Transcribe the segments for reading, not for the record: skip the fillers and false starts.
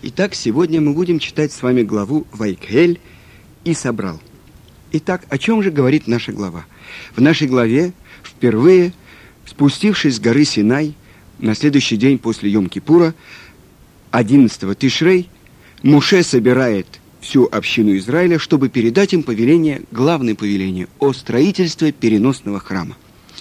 Итак, сегодня мы будем читать с вами главу Вайкхель и собрал. Итак, о чем же говорит наша глава? В нашей главе, впервые спустившись с горы Синай, на следующий день после Йом-Кипура, 11-го Тишрей, Моше собирает всю общину Израиля, чтобы передать им повеление, главное повеление о строительстве переносного храма.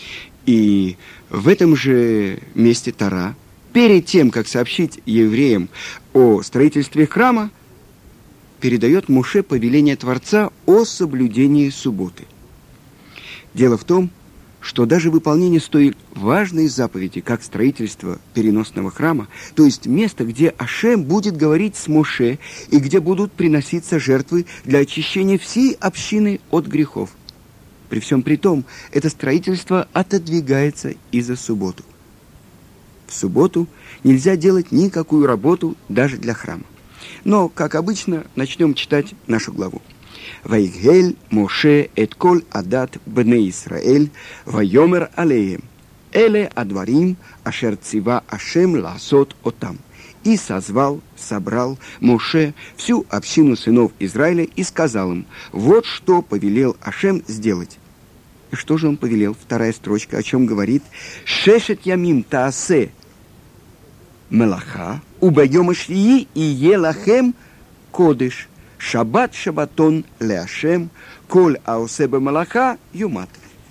И в этом же месте Тора, перед тем, как сообщить евреям о строительстве храма, передает Моше повеление Творца о соблюдении субботы. Дело в том, что даже выполнение столь важной заповеди, как строительство переносного храма, то есть место, где Ашем будет говорить с Моше и где будут приноситься жертвы для очищения всей общины от грехов. При всем при том, это строительство отодвигается и за субботу. В субботу нельзя делать никакую работу даже для храма. Но, как обычно, начнем читать нашу главу. «Вайгель Моше эт коль адат бней Исраэль, вайомер алеем, эле адварим, ашер цива Ашем ласот отам». И созвал, собрал Моше всю общину сынов Израиля и сказал им: вот что повелел Ашем сделать. И что же он повелел? Вторая строчка, о чем говорит: «Шешет ямим таасе мелаха, убайом ишии и елахем кодыш, шаббат шаббатон леашем, коль аосеба мелаха юмат».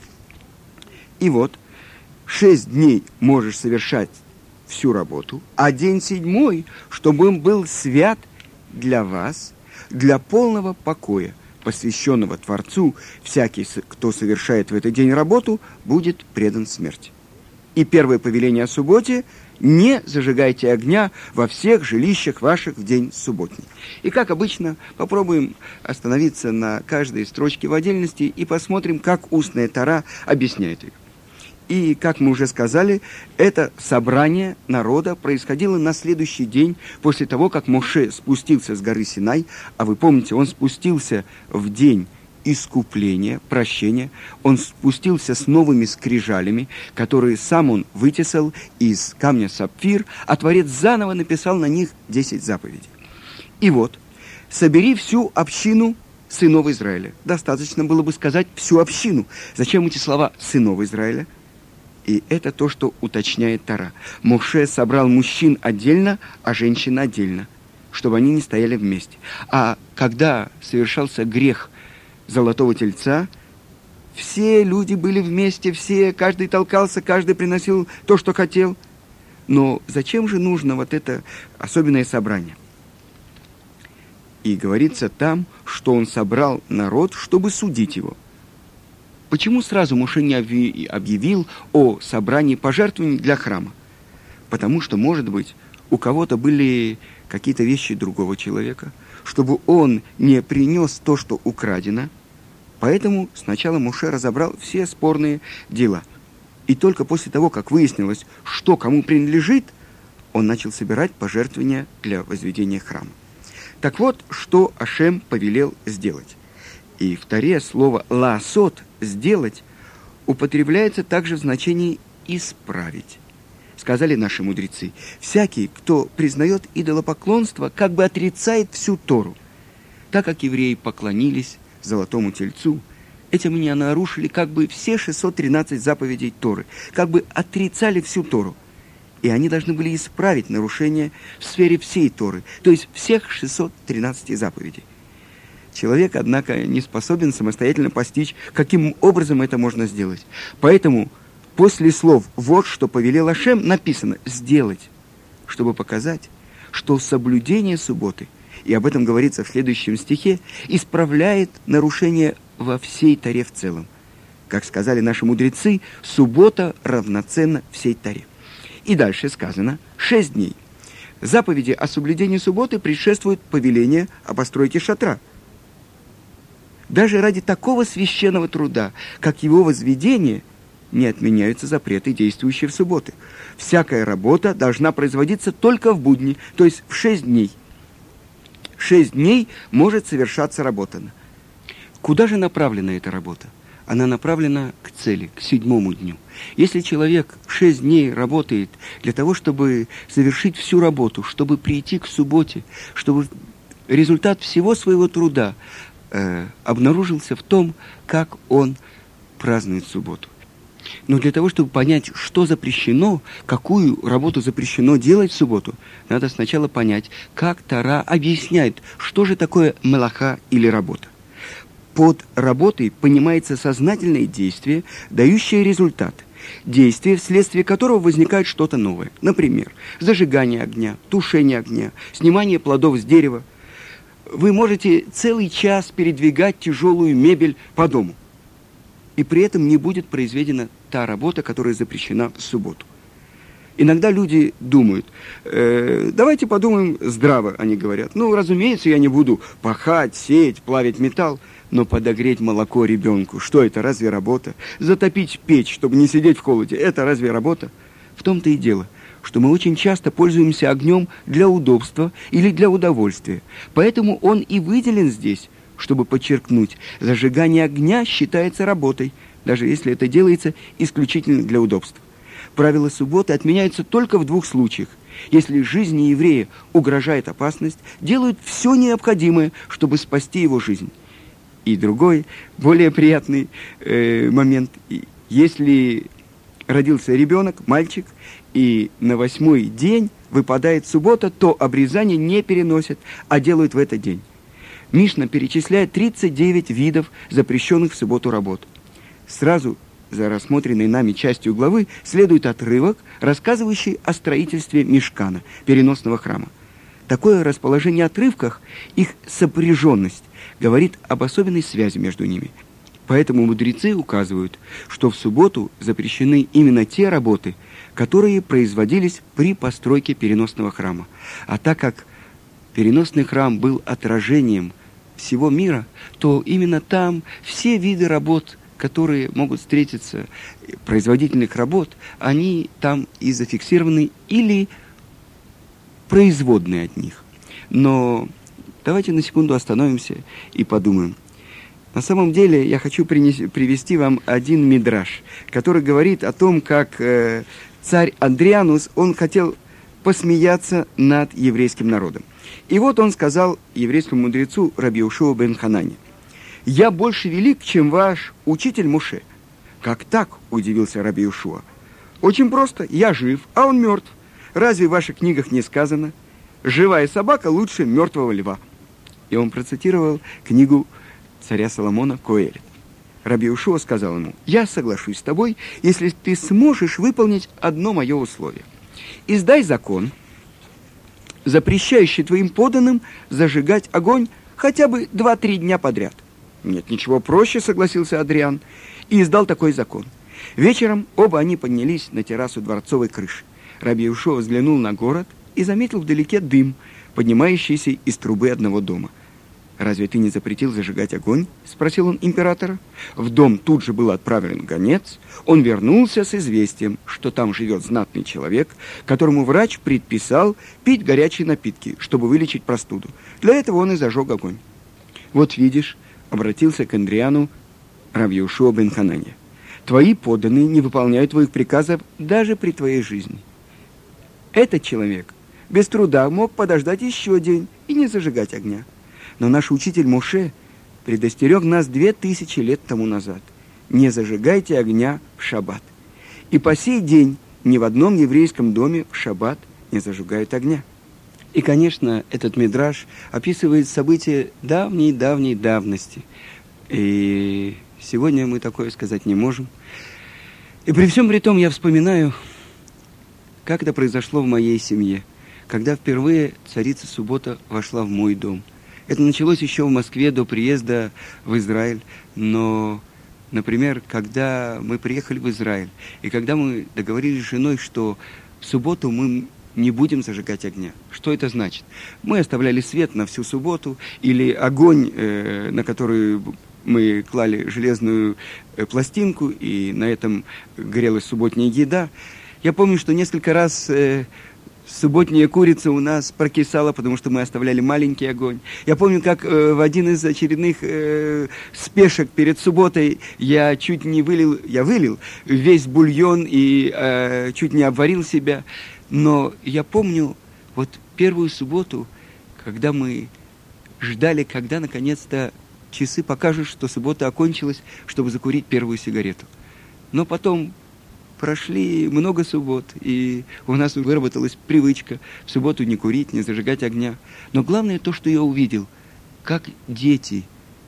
И вот, 6 дней можешь совершать всю работу, а день 7, чтобы он был свят для вас, для полного покоя, посвященного Творцу. Всякий, кто совершает в этот день работу, будет предан смерти. И первое повеление о субботе: не зажигайте огня во всех жилищах ваших в день субботний. И, как обычно, попробуем остановиться на каждой строчке в отдельности и посмотрим, как устная Тора объясняет ее. И, как мы уже сказали, это собрание народа происходило на следующий день после того, как Моше спустился с горы Синай. А вы помните, он спустился в день искупления, прощения. Он спустился с новыми скрижалями, которые сам он вытесал из камня сапфир, а Творец заново написал на них 10 заповедей. И вот, собери всю общину сынов Израиля. Достаточно было бы сказать всю общину. Зачем эти слова «сынов Израиля»? И это то, что уточняет Тора. Моше собрал мужчин отдельно, а женщин отдельно, чтобы они не стояли вместе. А когда совершался грех золотого тельца, все люди были вместе, каждый толкался, каждый приносил то, что хотел. Но зачем же нужно вот это особенное собрание? И говорится там, что он собрал народ, чтобы судить его. Почему сразу Моше не объявил о собрании пожертвований для храма? Потому что, может быть, у кого-то были какие-то вещи другого человека, чтобы он не принес то, что украдено. Поэтому сначала Моше разобрал все спорные дела. И только после того, как выяснилось, что кому принадлежит, он начал собирать пожертвования для возведения храма. Так вот, что Ашем повелел сделать. И в Торе слово «лаасот» – «сделать» употребляется также в значении «исправить». Сказали наши мудрецы: всякий, кто признает идолопоклонство, как бы отрицает всю Тору. Так как евреи поклонились золотому тельцу, этим они нарушили как бы все 613 заповедей Торы, как бы отрицали всю Тору. И они должны были исправить нарушение в сфере всей Торы, то есть всех 613 заповедей. Человек, однако, не способен самостоятельно постичь, каким образом это можно сделать. Поэтому после слов «вот что повелел Ашем» написано «сделать», чтобы показать, что соблюдение субботы, и об этом говорится в следующем стихе, исправляет нарушение во всей Торе в целом. Как сказали наши мудрецы, суббота равноценна всей Торе. И дальше сказано 6 дней. Заповеди о соблюдении субботы предшествуют повеление о постройке шатра. Даже ради такого священного труда, как его возведение, не отменяются запреты, действующие в субботы. Всякая работа должна производиться только в будни, то есть в 6 дней. 6 дней может совершаться работа. Куда же направлена эта работа? она направлена к цели, к 7-му дню. Если человек 6 дней работает для того, чтобы совершить всю работу, чтобы прийти к субботе, чтобы результат всего своего труда обнаружился в том, как он празднует субботу. Но для того, чтобы понять, что запрещено, какую работу запрещено делать в субботу, надо сначала понять, как Тора объясняет, что же такое мелаха или работа. Под работой понимается сознательное действие, дающее результат. Действие, вследствие которого возникает что-то новое. Например, зажигание огня, тушение огня, снимание плодов с дерева. Вы можете целый час передвигать тяжелую мебель по дому. И при этом не будет произведена та работа, которая запрещена в субботу. Иногда люди думают, давайте подумаем здраво, они говорят. Ну, разумеется, я не буду пахать, сеять, плавить металл, но подогреть молоко ребенку, что это, разве работа? Затопить печь, чтобы не сидеть в холоде, это разве работа? В том-то и дело, что мы очень часто пользуемся огнем для удобства или для удовольствия. Поэтому он и выделен здесь, чтобы подчеркнуть, зажигание огня считается работой, даже если это делается исключительно для удобства. Правила субботы отменяются только в 2 случаях. Если жизни еврея угрожает опасность, делают все необходимое, чтобы спасти его жизнь. И другой, более приятный момент. Если родился ребенок, мальчик, и на 8-й день выпадает суббота, то обрезание не переносят, а делают в этот день. Мишна перечисляет 39 видов запрещенных в субботу работ. Сразу за рассмотренной нами частью главы следует отрывок, рассказывающий о строительстве мишкана, переносного храма. Такое расположение отрывков, их сопряженность, говорит об особенной связи между ними. Поэтому мудрецы указывают, что в субботу запрещены именно те работы, которые производились при постройке переносного храма. А так как переносный храм был отражением всего мира, то именно там все виды работ, которые могут встретиться, производительных работ, они там и зафиксированы или производные от них. Но давайте на секунду остановимся и подумаем. На самом деле я хочу привести вам один мидраш, который говорит о том, как царь Андрианус, он хотел посмеяться над еврейским народом. И вот он сказал еврейскому мудрецу Раби Йошуа бен Ханане: «Я больше велик, чем ваш учитель Моше». «Как так?» – удивился Раби Йошуа. «Очень просто. Я жив, а он мертв. Разве в ваших книгах не сказано: живая собака лучше мертвого льва?» И он процитировал книгу царя Соломона Коэлет. Раби Йошуа сказал ему: «Я соглашусь с тобой, если ты сможешь выполнить одно мое условие. Издай закон, запрещающий твоим подданным зажигать огонь хотя бы 2-3 дня подряд». «Нет, ничего проще», — согласился Адриан, и издал такой закон. Вечером оба они поднялись на террасу дворцовой крыши. Раби Йошуа взглянул на город и заметил вдалеке дым, поднимающийся из трубы одного дома. «Разве ты не запретил зажигать огонь?» — спросил он императора. В дом тут же был отправлен гонец. Он вернулся с известием, что там живет знатный человек, которому врач предписал пить горячие напитки, чтобы вылечить простуду. Для этого он и зажег огонь. «Вот видишь», — обратился к Андриану Раби Йошуа бен Ханане, «твои подданные не выполняют твоих приказов даже при твоей жизни». Этот человек без труда мог подождать еще день и не зажигать огня. Но наш учитель Моше предостерег нас 2000 лет тому назад: не зажигайте огня в шаббат. И по сей день ни в одном еврейском доме в шаббат не зажигают огня. И, конечно, этот мидраш описывает события давней давности. И сегодня мы такое сказать не можем. И при всем при том я вспоминаю, как это произошло в моей семье, когда впервые царица суббота вошла в мой дом. Это началось еще в Москве до приезда в Израиль, но, например, когда мы приехали в Израиль, и когда мы договорились с женой, что в субботу мы не будем зажигать огня. Что это значит? Мы оставляли свет на всю субботу, или огонь, на который мы клали железную пластинку, и на этом горелась субботняя еда. Я помню, что несколько раз субботняя курица у нас прокисала, потому что мы оставляли маленький огонь. Я помню, как в один из очередных спешек перед субботой я чуть не вылил весь бульон и чуть не обварил себя. Но я помню вот первую субботу, когда мы ждали, когда наконец-то часы покажут, что суббота окончилась, чтобы закурить первую сигарету. Но потом прошли много суббот, и у нас выработалась привычка в субботу не курить, не зажигать огня. Но главное то, что я увидел, как дети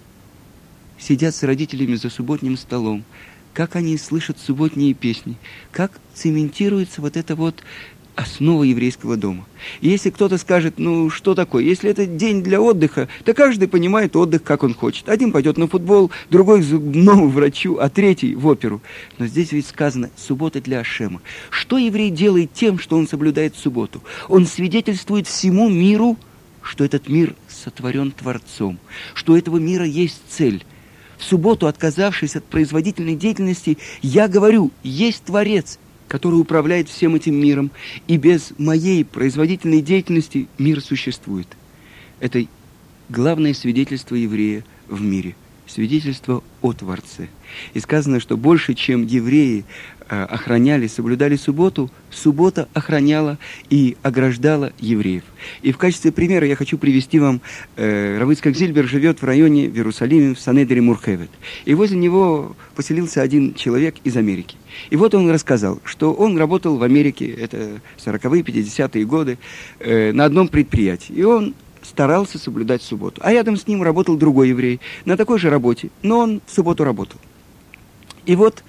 сидят с родителями за субботним столом, как они слышат субботние песни, как цементируется вот эта вот основа еврейского дома. И если кто-то скажет, ну что такое, если это день для отдыха, то каждый понимает отдых, как он хочет. Один пойдет на футбол, другой к зубному врачу, а третий в оперу. Но здесь ведь сказано «суббота для Ашема». Что еврей делает тем, что он соблюдает субботу? Он свидетельствует всему миру, что этот мир сотворен Творцом, что у этого мира есть цель. В субботу, отказавшись от производительной деятельности, я говорю, есть Творец, который управляет всем этим миром, и без моей производительной деятельности мир существует. Это главное свидетельство еврея в мире, свидетельство о Творце. И сказано, что больше, чем евреи охраняли, соблюдали субботу, суббота охраняла и ограждала евреев. И в качестве примера я хочу привести вам, Рав Ицхак Зильбер живет в районе в Иерусалиме, в Санедере Мурхевет. И возле него поселился один человек из Америки. И вот он рассказал, что он работал в Америке, это 40-е, 50-е годы, на одном предприятии. И он старался соблюдать субботу. А рядом с ним работал другой еврей на такой же работе, но он в субботу работал. И вот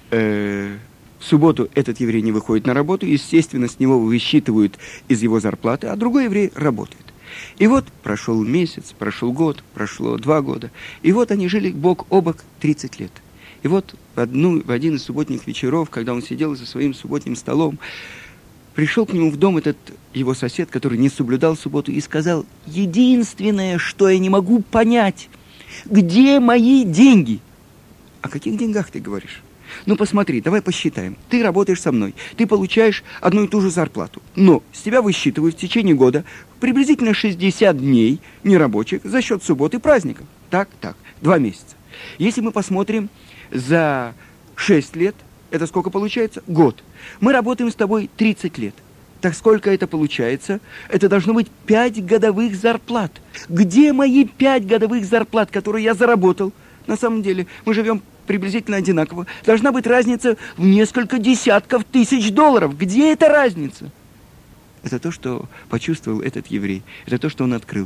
в субботу этот еврей не выходит на работу, естественно, с него высчитывают из его зарплаты, а другой еврей работает. И вот прошел месяц, прошел год, прошло 2 года, и вот они жили бок о бок 30 лет. И вот в один из субботних вечеров, когда он сидел за своим субботним столом, пришел к нему в дом этот его сосед, который не соблюдал субботу, и сказал: «Единственное, что я не могу понять, где мои деньги?» «О каких деньгах ты говоришь?» «Ну, посмотри, давай посчитаем. Ты работаешь со мной, ты получаешь одну и ту же зарплату, но с тебя высчитывают в течение года приблизительно 60 дней нерабочих за счет суббот и праздников. Так, 2 месяца. Если мы посмотрим за 6 лет, это сколько получается? Год. Мы работаем с тобой 30 лет. Так сколько это получается? Это должно быть 5 годовых зарплат. Где мои 5 годовых зарплат, которые я заработал? На самом деле, мы живем приблизительно одинаково. Должна быть разница в несколько десятков тысяч долларов. Где эта разница? Это то, что почувствовал этот еврей. Это то, что он открыл.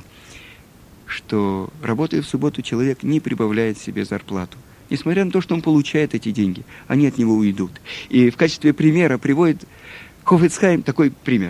Что, работая в субботу, человек не прибавляет себе зарплату. Несмотря на то, что он получает эти деньги, они от него уйдут. И в качестве примера приводит Хофец Хаим такой пример.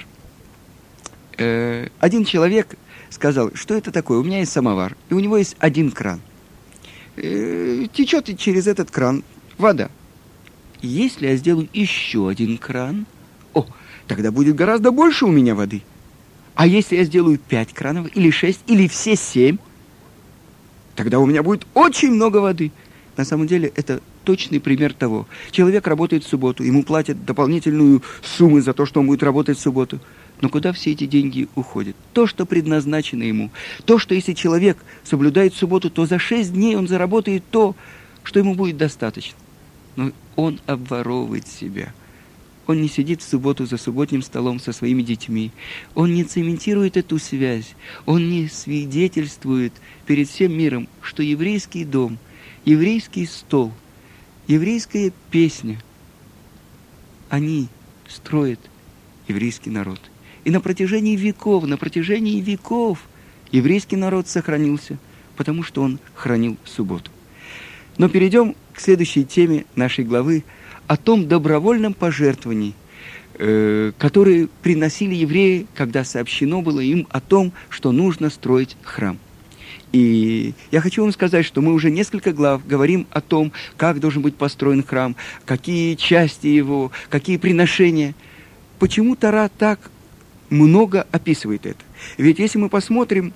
Один человек сказал, что это такое? У меня есть самовар, и у него есть один кран. Течет через этот кран вода. Если я сделаю еще один кран, тогда будет гораздо больше у меня воды. А если я сделаю 5 кранов, или 6, или все 7, тогда у меня будет очень много воды. На самом деле, это точный пример того. Человек работает в субботу, ему платят дополнительную сумму за то, что он будет работать в субботу. Но куда все эти деньги уходят? То, что предназначено ему. То, что если человек соблюдает субботу, то за 6 дней он заработает то, что ему будет достаточно. Но он обворовывает себя. Он не сидит в субботу за субботним столом со своими детьми. Он не цементирует эту связь. Он не свидетельствует перед всем миром, что еврейский дом, еврейский стол, еврейская песня, они строят еврейский народ. И на протяжении веков еврейский народ сохранился, потому что он хранил субботу. Но перейдем к следующей теме нашей главы, о том добровольном пожертвовании, которые приносили евреи, когда сообщено было им о том, что нужно строить храм. И я хочу вам сказать, что мы уже несколько глав говорим о том, как должен быть построен храм, какие части его, какие приношения. Почему Тора так много описывает это? Ведь если мы посмотрим,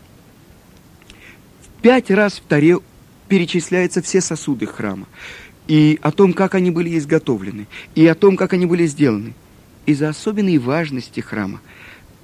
5 раз в Торе перечисляются все сосуды храма, и о том, как они были изготовлены, и о том, как они были сделаны. Из-за особенной важности храма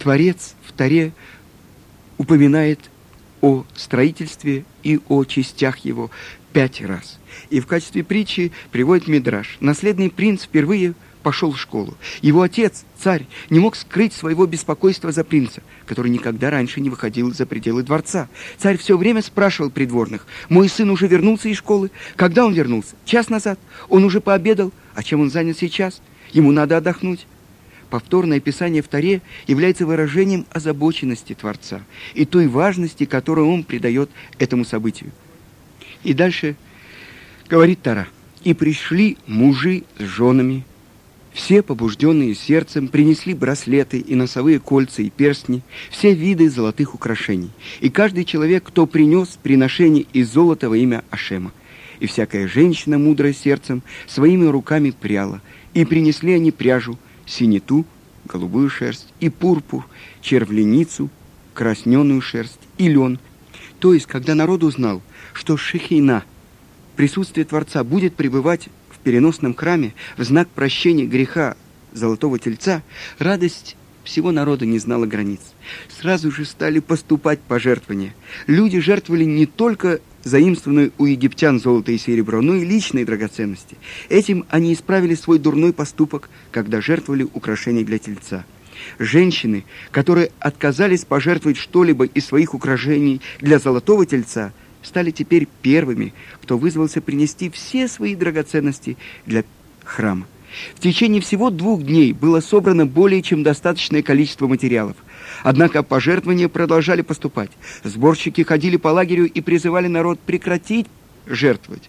Творец в Торе упоминает о строительстве и о частях его 5 раз. И в качестве притчи приводит Мидраш. Наследный принц впервые пошел в школу. Его отец, царь, не мог скрыть своего беспокойства за принца, который никогда раньше не выходил за пределы дворца. Царь все время спрашивал придворных: «Мой сын уже вернулся из школы? Когда он вернулся? Час назад? Он уже пообедал? А чем он занят сейчас? Ему надо отдохнуть». Повторное описание в Торе является выражением озабоченности Творца и той важности, которую он придает этому событию. И дальше говорит Тора: «И пришли мужи с женами, все побужденные сердцем, принесли браслеты и носовые кольца и перстни, все виды золотых украшений. И каждый человек, кто принес приношение из золота во имя Ашема. И всякая женщина, мудрая сердцем, своими руками пряла. И принесли они пряжу, синету, голубую шерсть, и пурпур, червленицу, красненую шерсть, и лен». То есть, когда народ узнал, что Шехина, присутствие Творца, будет пребывать в переносном храме в знак прощения греха Золотого Тельца, радость всего народа не знала границ. Сразу же стали поступать пожертвования. Люди жертвовали не только заимствованное у египтян золото и серебро, но и личные драгоценности. Этим они исправили свой дурной поступок, когда жертвовали украшения для Тельца. Женщины, которые отказались пожертвовать что-либо из своих украшений для Золотого Тельца, стали теперь первыми, кто вызвался принести все свои драгоценности для храма. В течение всего 2 дней было собрано более чем достаточное количество материалов. Однако пожертвования продолжали поступать. Сборщики ходили по лагерю и призывали народ прекратить жертвовать.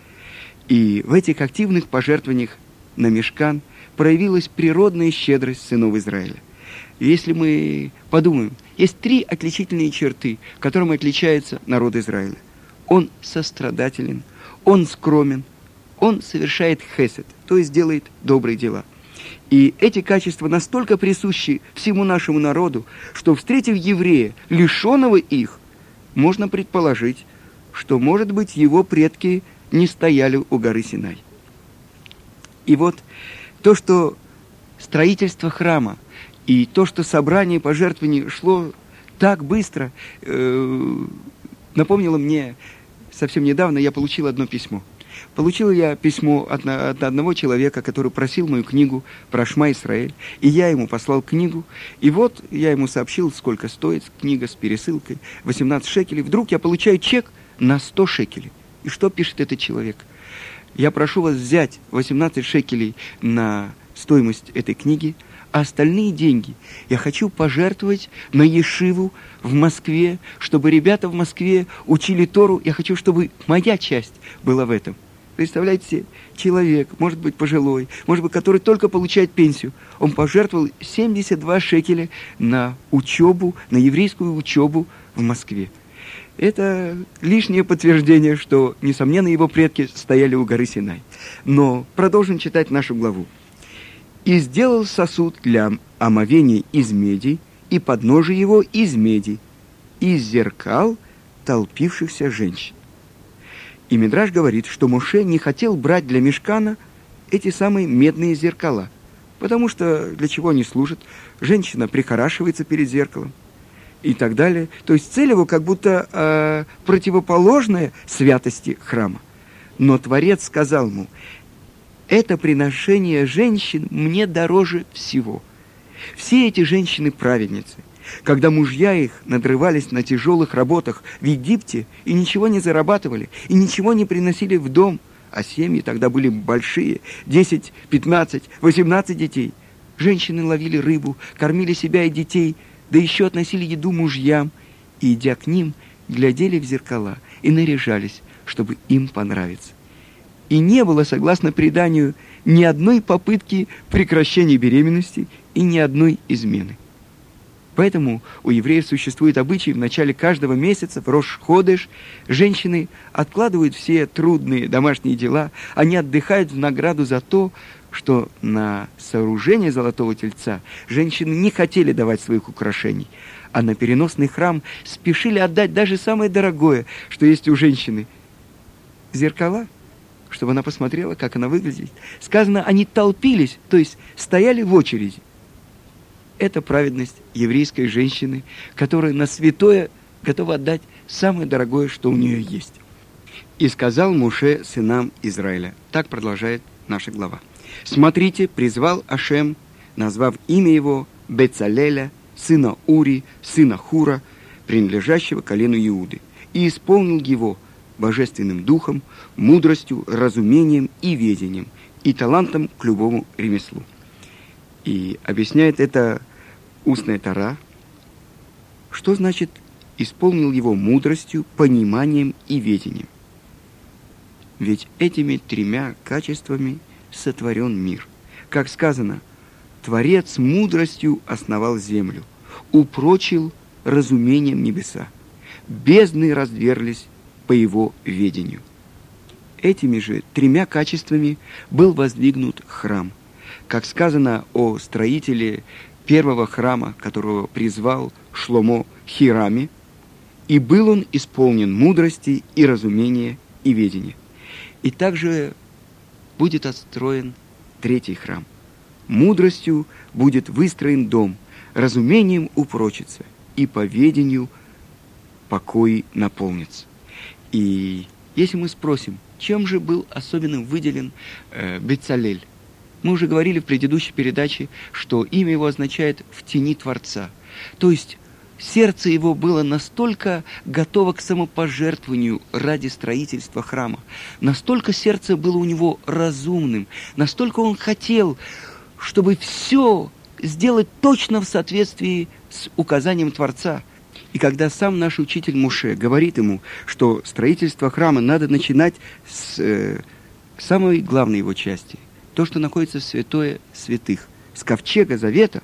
И в этих активных пожертвованиях на Мишкан проявилась природная щедрость сынов Израиля. Если мы подумаем, есть 3 отличительные черты, которыми отличается народ Израиля. Он сострадателен, он скромен, он совершает хесед, то есть делает добрые дела. И эти качества настолько присущи всему нашему народу, что, встретив еврея, лишенного их, можно предположить, что, может быть, его предки не стояли у горы Синай. И вот то, что строительство храма и то, что собрание пожертвований шло так быстро, напомнило мне, совсем недавно я получил одно письмо. Получил я письмо от одного человека, который просил мою книгу про Шма Исраэль, и я ему послал книгу, и вот я ему сообщил, сколько стоит книга с пересылкой, 18 шекелей. Вдруг я получаю чек на 100 шекелей. И что пишет этот человек? Я прошу вас взять 18 шекелей на стоимость этой книги, а остальные деньги я хочу пожертвовать на ешиву в Москве, чтобы ребята в Москве учили Тору. Я хочу, чтобы моя часть была в этом. Представляете, человек, может быть, пожилой, может быть, который только получает пенсию, он пожертвовал 72 шекеля на учебу, на еврейскую учебу в Москве. Это лишнее подтверждение, что, несомненно, его предки стояли у горы Синай. Но продолжим читать нашу главу. «И сделал сосуд для омовения из меди, и подножие его из меди, из зеркал толпившихся женщин». И Мидраш говорит, что Моше не хотел брать для Мишкана эти самые медные зеркала, потому что для чего они служат? Женщина прихорашивается перед зеркалом и так далее. То есть цель его как будто противоположная святости храма. Но Творец сказал ему: это приношение женщин мне дороже всего. Все эти женщины праведницы. Когда мужья их надрывались на тяжелых работах в Египте и ничего не зарабатывали, и ничего не приносили в дом, а семьи тогда были большие, 10, 15, 18 детей. Женщины ловили рыбу, кормили себя и детей, да еще относили еду мужьям, и, идя к ним, глядели в зеркала и наряжались, чтобы им понравиться. И не было, согласно преданию, ни одной попытки прекращения беременности и ни одной измены. Поэтому у евреев существует обычай: в начале каждого месяца, в Рош-ходеш, женщины откладывают все трудные домашние дела, они отдыхают в награду за то, что на сооружение Золотого Тельца женщины не хотели давать своих украшений, а на переносный храм спешили отдать даже самое дорогое, что есть у женщины – зеркала, чтобы она посмотрела, как она выглядит. Сказано, они толпились, то есть стояли в очереди. Это праведность еврейской женщины, которая на святое готова отдать самое дорогое, что у нее есть. «И сказал Моше сынам Израиля». Так продолжает наша глава. «Смотрите, призвал Ашем, назвав имя его Бецалеля, сына Ури, сына Хура, принадлежащего колену Иуды, и исполнил его божественным духом, мудростью, разумением и ведением, и талантом к любому ремеслу». И объясняет это устная Тора, что значит «исполнил его мудростью, пониманием и ведением». Ведь этими тремя качествами сотворен мир. Как сказано, Творец мудростью основал землю, упрочил разумением небеса. Бездны раздверлись по его ведению. Этими же тремя качествами был воздвигнут храм. Как сказано о строителе первого храма, которого призвал Шломо Хираме, и был он исполнен мудрости и разумения и ведения. И также будет отстроен третий храм. Мудростью будет выстроен дом, разумением упрочится, и по ведению покой наполнится. И если мы спросим, чем же был особенно выделен Бецалель? Мы уже говорили в предыдущей передаче, что имя его означает «в тени Творца». То есть сердце его было настолько готово к самопожертвованию ради строительства храма, настолько сердце было у него разумным, настолько он хотел, чтобы все сделать точно в соответствии с указанием Творца. И когда сам наш учитель Моше говорит ему, что строительство храма надо начинать с самой главной его части, то, что находится в святое святых, с ковчега завета,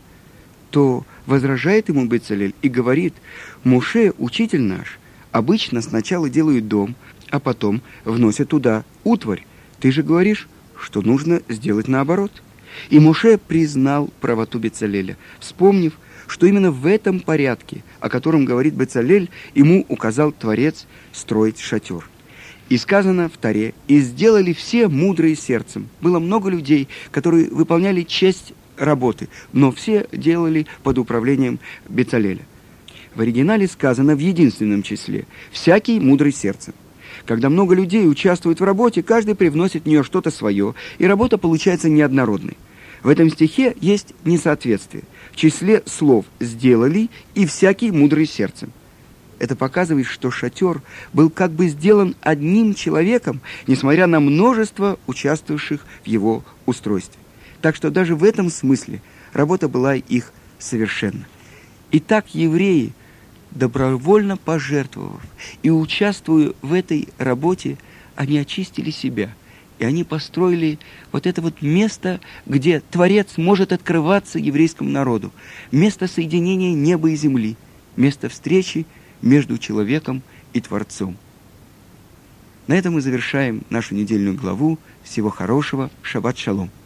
то возражает ему Бецалель и говорит: Моше, учитель наш, обычно сначала делают дом, а потом вносят туда утварь. Ты же говоришь, что нужно сделать наоборот. И Моше признал правоту Бецалеля, вспомнив, что именно в этом порядке, о котором говорит Бецалель, ему указал Творец строить шатер. И сказано в Торе: «И сделали все мудрые сердцем». Было много людей, которые выполняли часть работы, но все делали под управлением Бецалеля. В оригинале сказано в единственном числе: «всякий мудрый сердцем». Когда много людей участвуют в работе, каждый привносит в нее что-то свое, и работа получается неоднородной. В этом стихе есть несоответствие. В числе слов «сделали» и «всякий мудрый сердцем». Это показывает, что шатер был как бы сделан одним человеком, несмотря на множество участвовавших в его устройстве. Так что даже в этом смысле работа была их совершенна. Итак, евреи, добровольно пожертвовав и участвуя в этой работе, они очистили себя. И они построили вот это вот место, где Творец может открываться еврейскому народу. Место соединения неба и земли. Место встречи между человеком и Творцом. На этом мы завершаем нашу недельную главу. Всего хорошего. Шаббат шалом.